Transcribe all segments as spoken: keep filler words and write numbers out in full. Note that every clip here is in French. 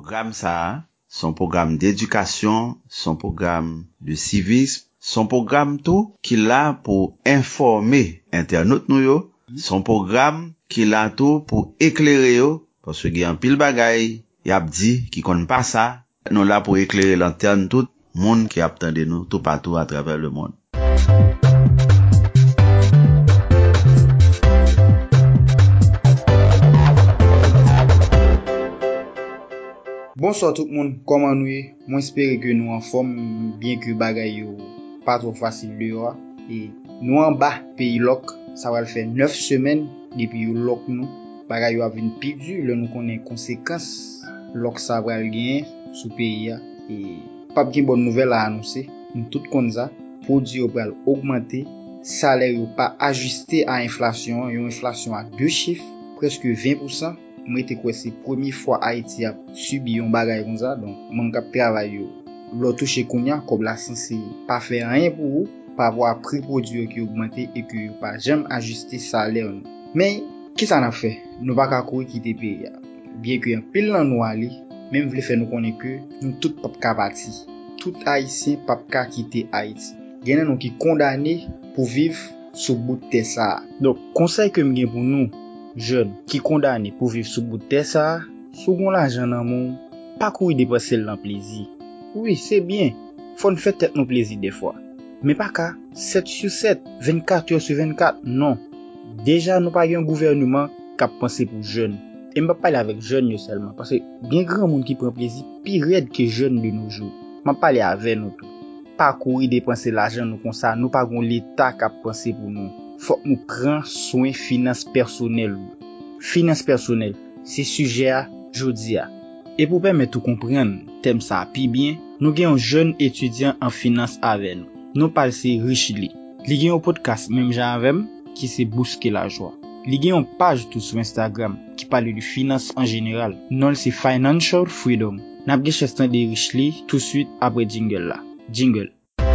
Programme ça, son programme d'éducation, son programme de civisme, son programme tout qui là pour informer internautes nous yo, son programme qui là tout pour éclairer yo parce que il y a un pile bagaille, y a dit qui connaît pas ça, nous là pour éclairer lanterne tout monde qui attend de nous tout partout à travers le monde. Bonsoir tout le monde, comment nous est? Moi j'espère que nous en forme, bien que bagay yo pas trop facile dehors. Et nous en bas, pays loc, ça va le faire neuf semaines depuis yo loc nous. Bagay yo a vinn pi dur, là nous connaît conséquences loc ça va le gagner sous pays et pas de bonne nouvelle à annoncer. Nous tout comme ça, produit yo va augmenter, salaire yo pas ajusté à inflation, une inflation à deux chiffres, presque vingt pour cent. Moi était quoi c'est première fois Haïti a subi un bagage comme ça donc mon cap travail yo l'autre toucher kounya comme la censé pas faire rien pour vous pas avoir prix produit qui augmenté et que pas jamais ajuster salaire mais qui ça n'a fait nous pas ka courir quitter pays bien que un pile dans nous aller même voulait faire nous connaître que nous tout pas ka parti tout haïtien pas ka quitter Haïti gagne nous qui condamné pour vivre sous bout de terre ça donc conseil que me pour nous jeunes qui condamné pour vivre sous bout de terre ça, sous gon l'argent dans mon, pas courir dépenser le plaisir. Oui, c'est bien. Faut nous faire tête nos plaisir des fois. Mais pas qu'à sept sur sept, vingt-quatre heures sur vingt-quatre, non. Déjà nous pas un gouvernement qui a pensé pour jeunes. Et m'a parler avec jeunes seulement parce que bien grand monde qui prend plaisir pire raide que jeunes de nos jours. M'a parler avec nous tout. Pas courir dépenser l'argent nous comme ça, nous pas gon l'état qui a pensé pour nous. Faut nous prendre soin finances personnelles. Finances personnelles, c'est sujet à jodi a. Et pour permettre de comprendre thème ça pi bien, nous avons un jeune étudiant en finance avec nous. Nous parlons c'est Richly. Il y a un podcast même genre avec qui c'est Bousquer la joie. Il y a une page tout sur Instagram qui parle de finance en général. Non, c'est Financial Freedom. N'a pas gestion de Richly tout de suite après jingle là. Jingle.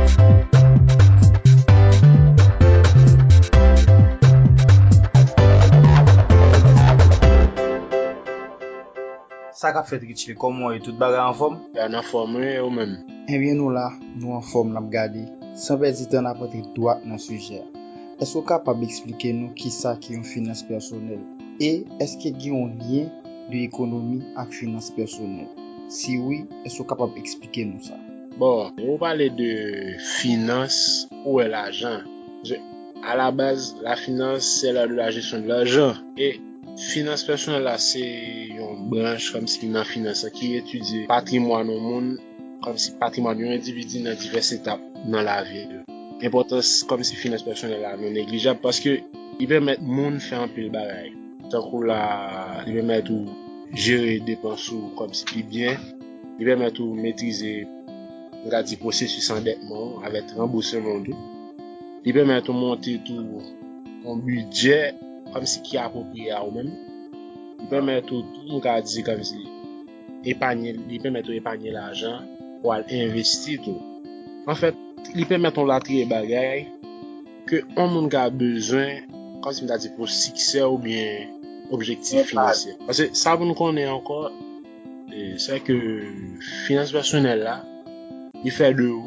Ça qu'a fait Richly comment est tout bagarre en forme? En forme ou même. Eh bien nous là, nous en forme n'a regarder. Sans perdre du temps n'a porter droit dans sujet. Est-ce que vous capable d'expliquer nous qui ça qui est une finance personnelle et est-ce qu'il y a un lien de l'économie avec finance personnelle? Si oui, est-ce que vous capable d'expliquer nous ça? Bon, on parle de finance ou est l'argent. À la base, la finance c'est la, la gestion de l'argent et finance personnelle là c'est une branche comme si dans finance qui étudie patrimoine au monde comme si patrimoine d'un individu dans diverses étapes dans la vie. Importance comme si finance personnelle là non négligeable parce que il permet monde faire un peu le bagage. Tant que là, il permet tout gérer dépenses comme si plus bien, il permet tout maîtriser le processus d'endettement avec remboursement tout. Il permet tout monter tout un budget comme si qui est approprié à vous-même. Il permet tout, on va dire comme si épargner, il permet tout épargner l'argent pour investir tout. En fait, il permet tout la trier bagaille que on monde a besoin comme si on a dit pour succès ou bien objectif financier. Parce que ça vous nous connaît encore, c'est que finance personnelle là, il fait de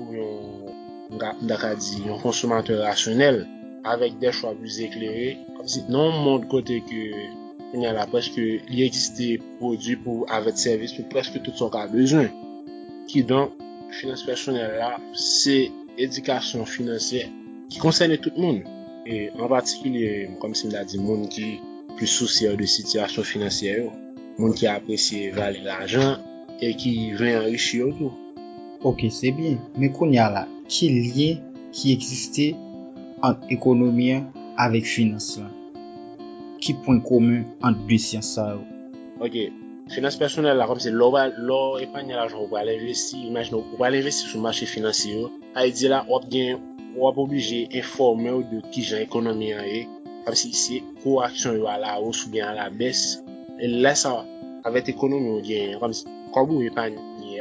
on a dit un consommateur rationnel avec des choix plus éclairés. Comme si non monde côté que il y a là presque il existe des produits pour avec service pour presque tout ce qu'on a besoin. Qui donc finance personnelle là, c'est éducation financière qui concerne tout le monde et en particulier comme si on a dit monde qui plus soucieux de situation financière, monde qui apprécie valer l'argent et qui veut enrichir tout. OK, c'est bien. Mais qu'on y a là, qui lien qui existait entre économie avec finance là? Qui point commun entre deux sciences ça? OK. Finance personnelle là comme c'est l'or l'or épargne l'argent pour aller investir, imaginez pour aller investir sur le marché financier. A dit là on bien on obligé informer de qui genre économie est comme si c'est coaction à la hausse ou bien à la baisse. Et là ça avec économie on dit comme si comme vous épargne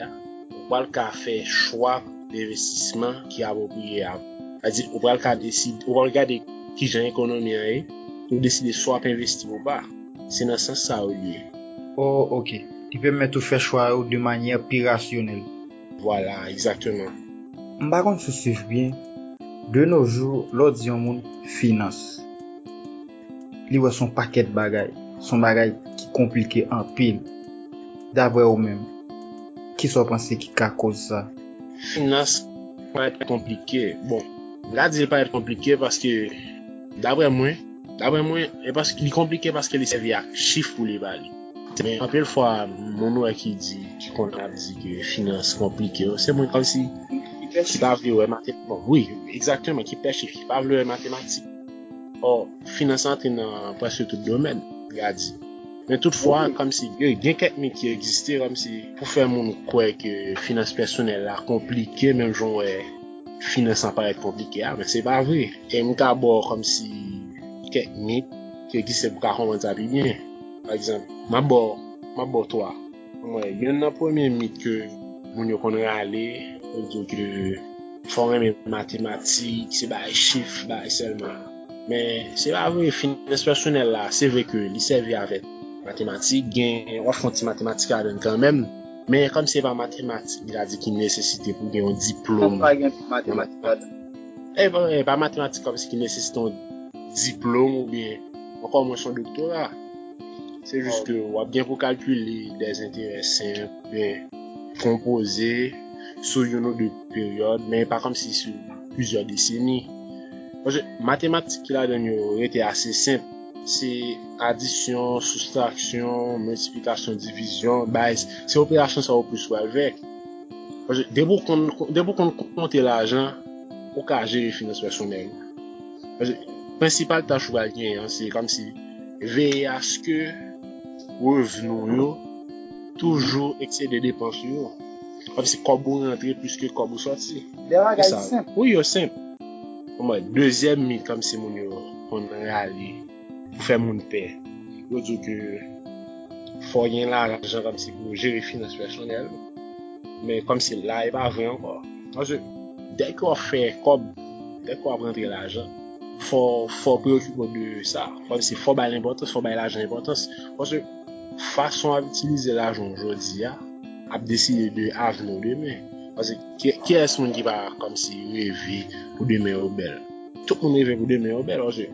on va le faire choix d'investissement qui est approprié. C'est-à-dire on va le décider on va regarder qui genre économie est pour décider soit investir ou pas. C'est dans ce sens ça au lieu. Oh, OK. Qui permet de faire choix de manière plus rationnelle. Voilà, exactement. Par contre, je suis bien. De nos jours, l'autre dit un monde finance. Il y a son paquet de bagailles. Son bagaille qui compliqué en pile. D'après vous-même, qui soit pensé qui a cause ça? Finance va être compliqué. Bon, là, il pas être compliqué parce que, d'après moi, d'après moi, et parce qu'il est compliqué parce qu'il servi à chiffre pour les balles. Mais un peu de fois, mon nom qui dit, qui qu'on a dit que finance compliqué, c'est moi comme si, qui pas vu mathématiques. Bon, oui, exactement, qui pêche, qui pas vu mathématiques. Or, finance entre dans presque tout domaine, il a dit. Mais toutefois, comme si, il y a quelques mythes qui existaient, comme si, pour faire mon quoi que finance personnelle là, compliqué, même genre, finance sans paraître compliqué, mais c'est pas vrai. Et m'ka bon comme si, quelques mythes qui existaient pour comprendre ça bien. Par exemple, ma bon, ma bon toi. Ouais, il y en a un premier mythe que, mon yo connaît aller, dire que, faut aimer mathématiques, c'est pas chiffres, bah, seulement. Mais, c'est pas vrai, finance personnelle là, c'est vrai que, il servait avec mathématiques, gain, on fait mathématiques à donner quand même, mais comme c'est pas mathématiques, il a dit qu'il nécessitait pour gagner un diplôme. Pas gain mathématiques. Eh ben, pas mathématiques comme si qu'il nécessite un diplôme ou bien encore moins son doctorat. C'est juste que on a bien pour calculer des intérêts simples, bien composés sur une ou deux périodes, mais pas comme si sur plusieurs décennies. Parce que mathématiques qu'il a donné était assez simple. C'est addition, soustraction, multiplication, division, base. C'est opération ça au plus soit avec. Parce que dès qu'on dès qu'on compte l'argent, au cas gérer les finances personnelles. Parce que principal tâche ou hein, c'est comme si veiller à ce que revenus toujours excès de dépenses yo. Comme si comme vous rentrer plus que comme vous sortir. C'est ça. Oui, c'est simple. Moi, deuxième mythe comme si mon yo on aller pour faire mon paix. Yo dit que faut rien l'argent comme si pour gérer finances personnelles. Mais comme si là il pas vrai encore. Parce que dès qu'on fait comme dès qu'on rentrer l'argent, faut faut préoccuper de ça. Comme si faut bailler l'importance, faut bailler l'argent l'importance. Parce que façon à utiliser l'argent aujourd'hui a à décider de avenir demain. Parce que qui, qui est ce monde qui va comme si rêver pour demain au bel. Tout le monde rêve pour demain au bel. Parce que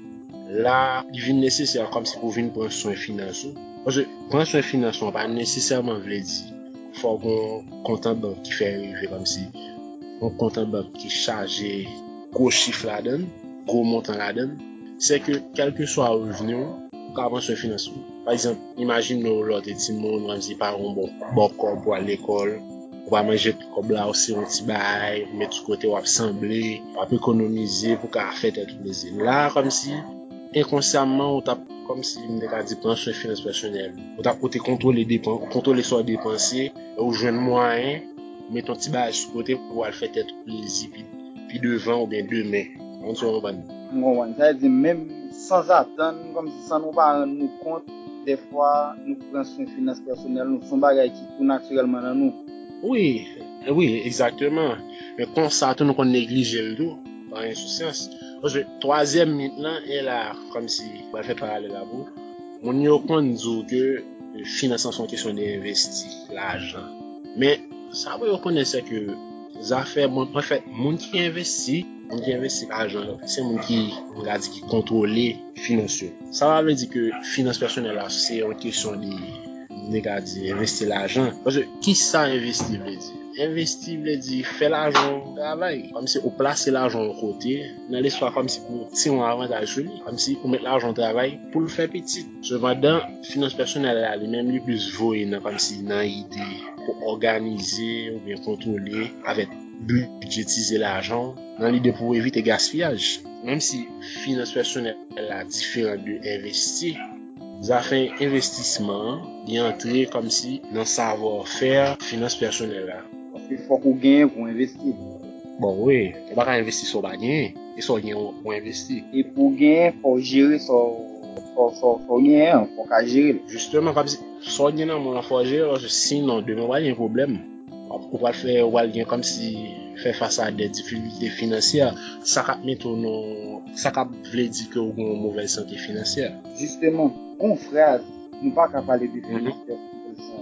là, il vient nécessaire comme si pour venir prendre soin financier. Parce que prendre soin financier pas nécessairement veut dire faut qu'on compte en banque qui fait rêver comme si on compte en banque qui chargé gros chiffre là-dedans, gros montant là-dedans. C'est que quel que soit le revenu, avant ce financement. Par exemple, imagine nous l'autre petit monde, même si pas un bon bon corps pour aller à l'école, on va manger comme là aussi un petit bail, mettre de côté ou assembler, on peut économiser pour qu'à faire tout plaisir. Là, comme si inconsciemment on t'a comme si on a dit prendre sur finance personnelle. On t'a côté contrôler les dépenses, contrôler soit dépenser, ou jeune moyen, mettre un petit bail sur côté pour pouvoir faire tout plaisir puis, puis devant ou bien demain. On se rend compte. Ça veut dire même sans attendre, comme si ça nous pas rendre nous compte, des fois, nous prenons soin finance personnelle, nous sommes bagages qui tout naturellement dans nous. Oui, oui, exactement. Mais quand ça, nous qu'on néglige le tout, par insouciance. Parce que troisième maintenant, elle a, comme si, on va faire parler là-bas, on y a aucun dit que le financement sont question d'investir l'argent. Mais ça veut reconnaître que les affaires, en fait, monde qui investit, monde qui investit l'argent, c'est monde qui, on a dit, qui contrôle financier. Ça veut dire que finance personnelle là, c'est une question de négatif, investir l'argent. Parce que qui ça investir veut dire? Investir veut dire faire l'argent travail. Comme si on place l'argent au côté, dans l'histoire comme si pour si on a un avantage sur lui, comme si on met l'argent au travail pour le faire petit. Cependant, finance personnelle là, les mêmes les plus voyés, comme si dans l'idée pour organiser ou bien contrôler avec budgétiser l'argent, dans l'idée pour éviter gaspillage. Même si finance personnelle là différent de investir, ça fait investissement, y entrer comme si dans savoir-faire finance personnelle là. Parce qu'il faut qu'on gagne pour investir. Bon oui, on va pas investir sur gagner, et sur gagner pour investir. Et pour gagner, faut gérer son faut faut faut gagner, faut qu'à gérer. Justement comme si sur gagner dans mon faut gérer, sinon demain on va y a un problème. On va faire on va gagner comme si faire face à des difficultés financières, ça cap mettre non ça cap veut dire que on a une mauvaise santé financière. Justement, confrère, nous pas qu'à parler de finance personnelle.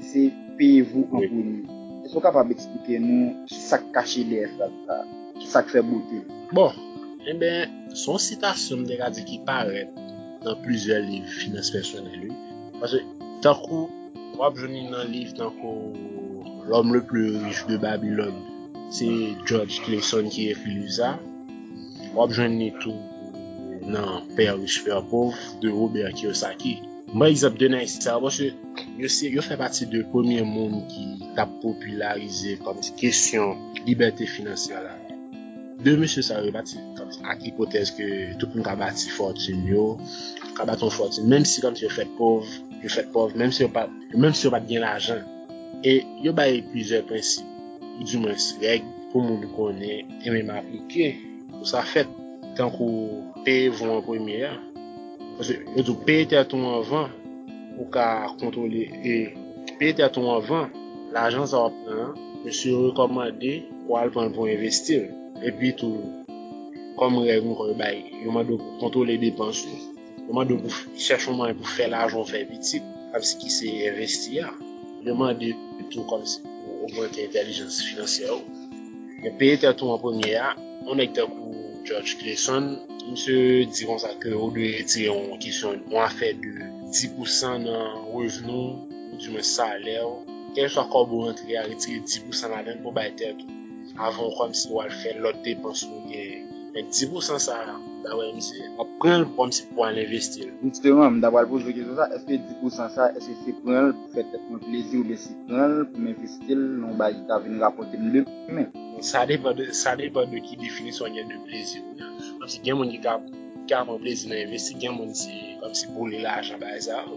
c'est payez-vous en Oui. premier. Est-ce que vous êtes capable d'expliquer nous qui ça caché derrière ça, qui ça fait beauté? Bon, eh bien, son citation de radio qui paraît dans plusieurs livres finances personnelles. Parce que tant qu'on va venir dans un livre, tant qu'on l'homme le plus riche de Babylone, c'est George Clayson qui écrit ça. On va venir tout dans Père riche, Père pauvre de Robert Kiyosaki. Moi, exemple donné ça parce que je sais, je fais partie de premier monde qui a popularisé comme question liberté financière là. De monsieur ça rebâti comme à hypothèse que tout le monde a bâti fortune yo, a bâti une fortune même si comme si vous faites pauvre, vous faites pauvre même si vous pas même si vous pas bien l'argent. Et yo bail plusieurs principes, ou du moins règles pour monde connaît et même appliquer. Pour ça fait tant qu'on paye vous en première parce que vous devez payer tête en avant pour qu'à contrôler et payer tête en avant, l'argent ça va prendre, monsieur recommandé pour aller prendre pour investir. Et puis tout, comme règle, on demande de contrôler les dépenses. On demande de chercher un moyen pour faire l'argent, faire petit, comme si qui c'est investir. On demande de tout comme si pour augmenter l'intelligence financière. Mais payer tout en première, on est pour George Clayson, monsieur dit comme ça que on doit retirer en question, on a fait de dix pour cent dans revenu, ou du moins salaire, quel soit quoi vous rentrer à retirer dix pour cent là-dedans pour bailler tout. Avant comme si on fait l'autre dépense ou bien mais dix pour cent ça bah ouais monsieur on prend comme si pour l'investir Justement, d'avoir posé une question ça, est-ce que dix pour cent ça, est-ce que c'est prendre pour faire un plaisir ou bien c'est prendre pour m'investir non bah il t'a venir rapporter le mais ça dépend de ça dépend de qui définition il y a de plaisir comme si quelqu'un qui a qui a un plaisir d'investir quelqu'un c'est comme si pour l'argent bah ça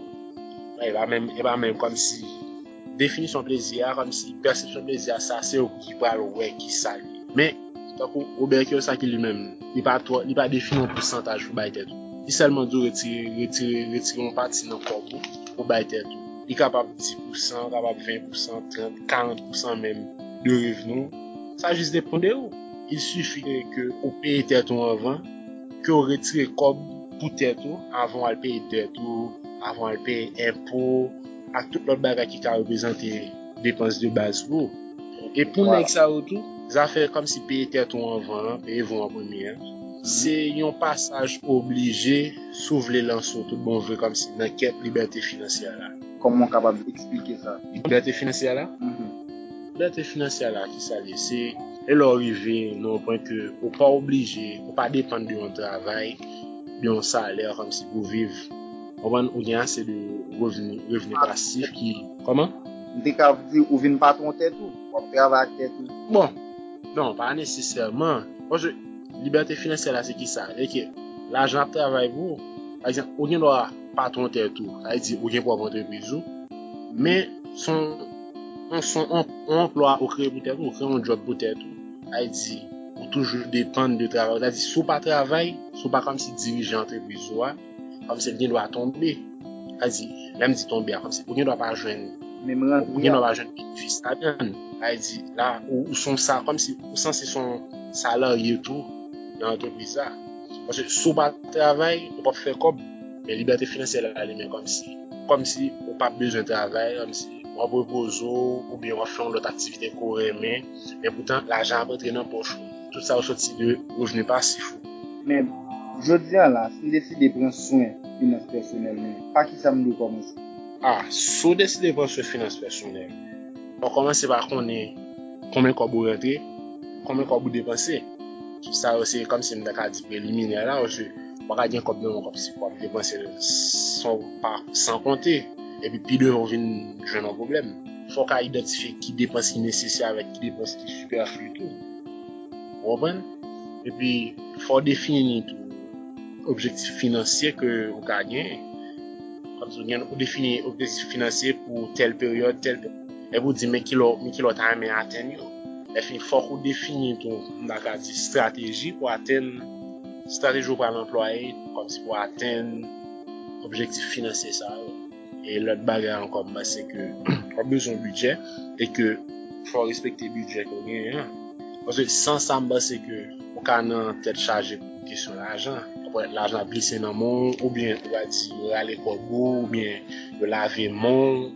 il va même il va même comme si définition plaisir comme si perception plaisir ça c'est au qui parle ouais qui ça mais donc Robert Kiyosaki lui-même il pas toi il pas définir un pourcentage pour bailler tout il seulement doit retirer retirer retirer une partie dans corps pour bailler tout il est capable dix pour cent capable vingt pour cent trente quarante pour cent même de revenus ça juste dépend de où il suffit que vous payez tête avant que vous retirez comme pour tête avant de payer tête avant de payer impôts à tout l'autre bagage qui a représenté dépenses de base pour et pour voilà. nèg ça autour ça fait comme si payer tête avant payer vous en première mm-hmm. C'est un passage obligé s'ouvrir l'anseau tout bon veut comme si dans quête liberté financière là comment capable d'expliquer ça liberté financière là mm-hmm. Liberté financière là qui ça c'est elle arrivé non point que ou pas obligé ou pas dépendre de un travail de un salaire comme si pour vivre on va ou bien c'est de revenus revenus passifs qui comment dès qu'à dire ou vient pas ton tête tout ou travailler tête tout bon non pas nécessairement parce que liberté financière là c'est qui ça et que l'argent travaille vous par exemple ou bien doit pas ton tête tout ça veut dire ou bien pour entreprise mais son on son emploi au créer peut-être ou créer un job peut-être ça veut dire ou toujours dépendre de travail ça veut dire si pas travail si pas comme si dirigeant entreprise comme si bien doit tomber ça veut dire même dit tomber comme si bien doit pas joindre même ou bien doit pas joindre bénéfice là-dedans ça veut dire là ou son ça comme si ou censé son salarié tout dans l'entreprise là parce que si pas travail on pas faire comme mais liberté financière là elle comme si comme si on pas besoin de travail comme si on repose ou bien on fait une autre activité qu'on aime mais pourtant l'argent rentre dans poche tout ça au sorti de revenu passif mais je dis là si décide de prendre soin finance personnelle pas qui ça me doit commencer ah si décide de prendre soin finance personnelle on commence par connaître combien qu'on vous rentrer combien qu'on vous dépenser ça c'est comme si on a dit préliminaire là je on va dire comme non comme si quoi dépenser sans pas sans compter et puis puis deux on vient jouer un problème faut qu'à identifier qui dépense qui nécessaire avec qui dépense qui superflu tout vous comprenez et puis faut définir tout objectif financier que vous gagnez comme si vous définir objectif financier pour telle période telle période. Et vous dites mais qui l'ont mais qui l'ont time à atteindre et puis faut qu'on définisse tout la stratégie pour atteindre stratégie pour l'employé comme si pour atteindre objectif financier ça et l'autre bagarre encore bah, c'est que on a besoin de budget et que faut respecter le budget qu'on gagne hein? Parce que sans ça bah, c'est que on can tête chargée pour question l'argent après l'argent glissé dans mon ou bien on va dire aller corbeau ou bien de laver mon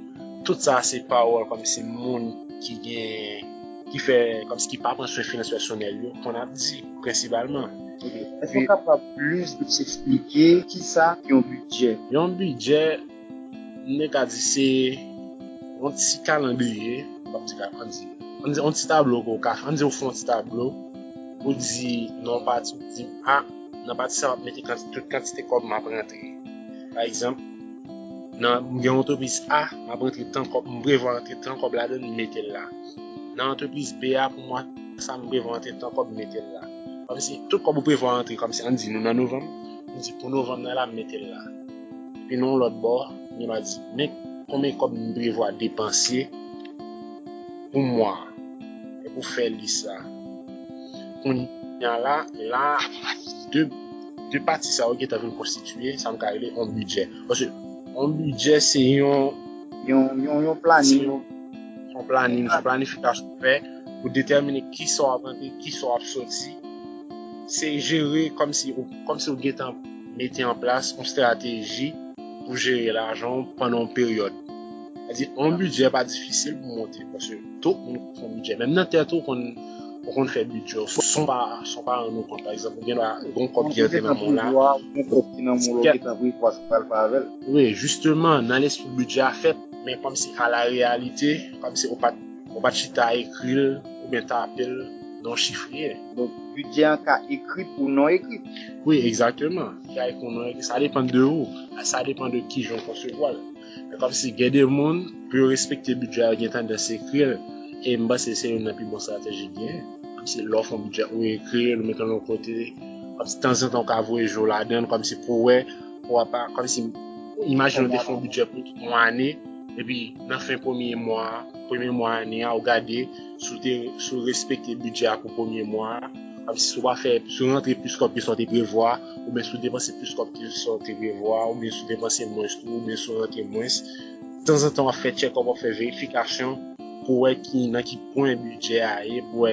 tout ça c'est parole comme si monde qui gagne qui fait comme ce qui pas prendre soin finance personnelle qu'on a dit principalement. Okay. Est-ce qu'on capable plus de s'expliquer qui ça qui un budget? Un budget n'est qu'à dire c'est un petit calendrier, on dit on dit un petit tableau qu'on on dit au fond un petit tableau pour dire non pas tu dis ah non pas ça mettre toute quantité comme m'a rentrer. Par exemple dans une entreprise A, m'a rentrer tant comme prévoir rentrer tant comme là donne mettre là. Dans l'entreprise B A pour moi ça me prévoir rentrer tant comme mettre là. Comme si tout comme vous prévoir rentrer comme si on dit nous dans novembre, on dit pour novembre là mettre là. Puis non l'autre bord, on a dit mais combien comme nous prévoir dépenser pour moi et pour faire ça. On y a là là deux deux parties ça qui est venir constituer ça me carré un budget parce que un budget c'est un un un planning son planning son planification fait pour déterminer qui sera rentré qui sera sorti. C'est gérer comme si comme si on mettait en place une stratégie pour gérer l'argent pendant une période. C'est-à-dire un budget pas difficile pour monter parce que tout le monde fait un budget. Même dans tête qu'on on fait budget sont pas sont pas en nous compte. Par exemple, il y a un compte qui est dans mon là. Oui, justement dans l'esprit budget à fait, mais comme si à la réalité, comme si on pas on pas chita écrire ou bien t'appelle non chiffré. Donc budget en cas écrit ou non écrit. Oui, exactement. Ça dépend de où, ça dépend de qui j'en concevoir. Mais comme si il y a des gens qui peuvent respecter le budget, il y a temps de s'écrire, et moi c'est une plus bonne stratégie. Comme si l'offre un budget ou écrire, nous mettons de côté, comme si de temps en temps qu'on voit jour là-dedans, comme si pour ouais, pour pas, comme si imaginons des fonds budget pour toute une année, et puis dans la fin premier mois, premier mois année, à regarder, sous respecter le budget pour le premier mois. Comme si on va faire, si on rentre plus comme ils sont prévoir, ou bien si on dépense plus comme ils sont prévoir, ou bien si on dépense moins, ou bien si on rentre moins. De temps en temps, on fait check, on va faire vérification pour voir qui n'a qui point budget à y pour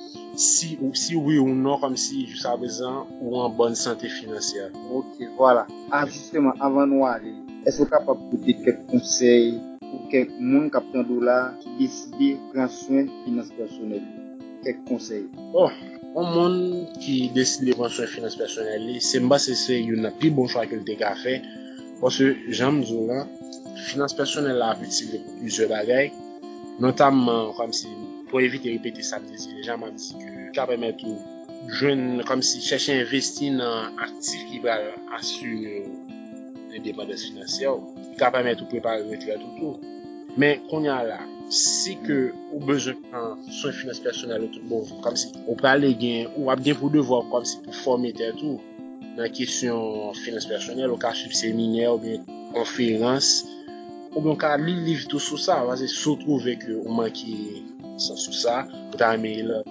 si ou si oui ou non, comme si jusqu'à présent ou en bonne santé financière. Ok, voilà. Ah, justement, avant nous aller, est-ce que vous êtes capable de donner quelques conseils pour quelques monde qui prend dollars qui décide de prendre soin de finances personnelles? Quelques conseils. Oh. Un monde qui décide de prendre soin de finances personnelles, c'est mbas c'est une plus bon choix que le dégât fait parce que j'aime dire là, finances personnelles là utile plusieurs bagages, notamment comme si pour éviter de répéter ça, les gens m'ont dit que ça permet tout jeune comme si chercher à investir dans actifs qui va assurer l'indépendance financière, ça permet tout préparer retraite tout tout. Mais qu'on y a là, si que ou besoin de soin finance personnelle tout bon comme si on parler gain ou a bien pour devoir comme si pour former tout dans la question finance personnelle au cas suivre séminaire ou bien conférence ou bien cas livre tout sur ça parce que se trouver que on manque sans sur ça pour t'amener là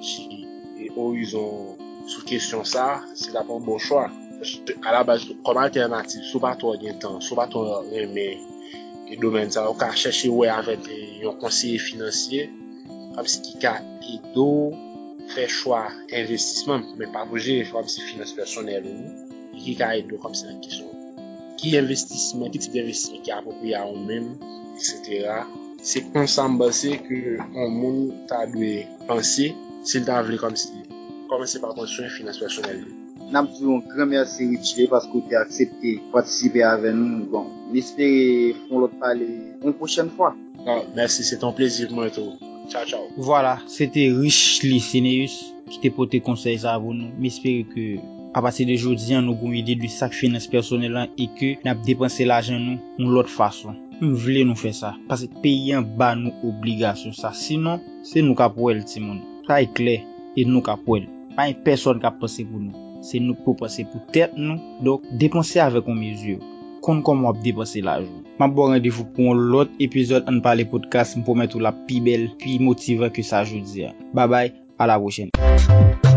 et horizon sur question ça c'est pas un bon choix à la base comme alternative soit pas toi gain temps soit pas toi mais et domaine ça on va chercher ouais avec un conseiller financier comme si qui a aidé faire choix investissement mais pas bouger comme si finance personnelle ou qui a aidé comme ça question qui investissement quel type d'investissement qui est approprié à nous-mêmes etc. C'est ensemble que on monde t'a dû penser s'il t'a voulu comme si commencer par construire finance personnelle. Nous avons un grand merci Richie parce que tu as accepté de participer avec nous. Bon, j'espère qu'on va parler une prochaine fois. Ah, merci, c'est un plaisir pour moi tout. Ciao, ciao. Voilà, c'était Rich Liceneus qui t'a porté conseil ça pour nous. J'espère que à partir de aujourd'hui, nous avons une idée de sac finance personnelle et que nous avons dépensé l'argent nous d'une l'autre façon. Nous voulons nous faire ça parce que payer en bas nous obligation ça. Sinon, c'est nous qui pour elle, Timon. Ça est clair et nous qui pour elle. Pas une personne qui a pensé pour nous. C'est nous pour penser pour tête nous. Donc, dépenser avec une mesure. Comme comment on dépenser l'argent. Je vous rendez-vous pour l'autre épisode en parler podcast pour mettre la plus belle, plus motivante que ça aujourd'hui. Bye bye, à la prochaine.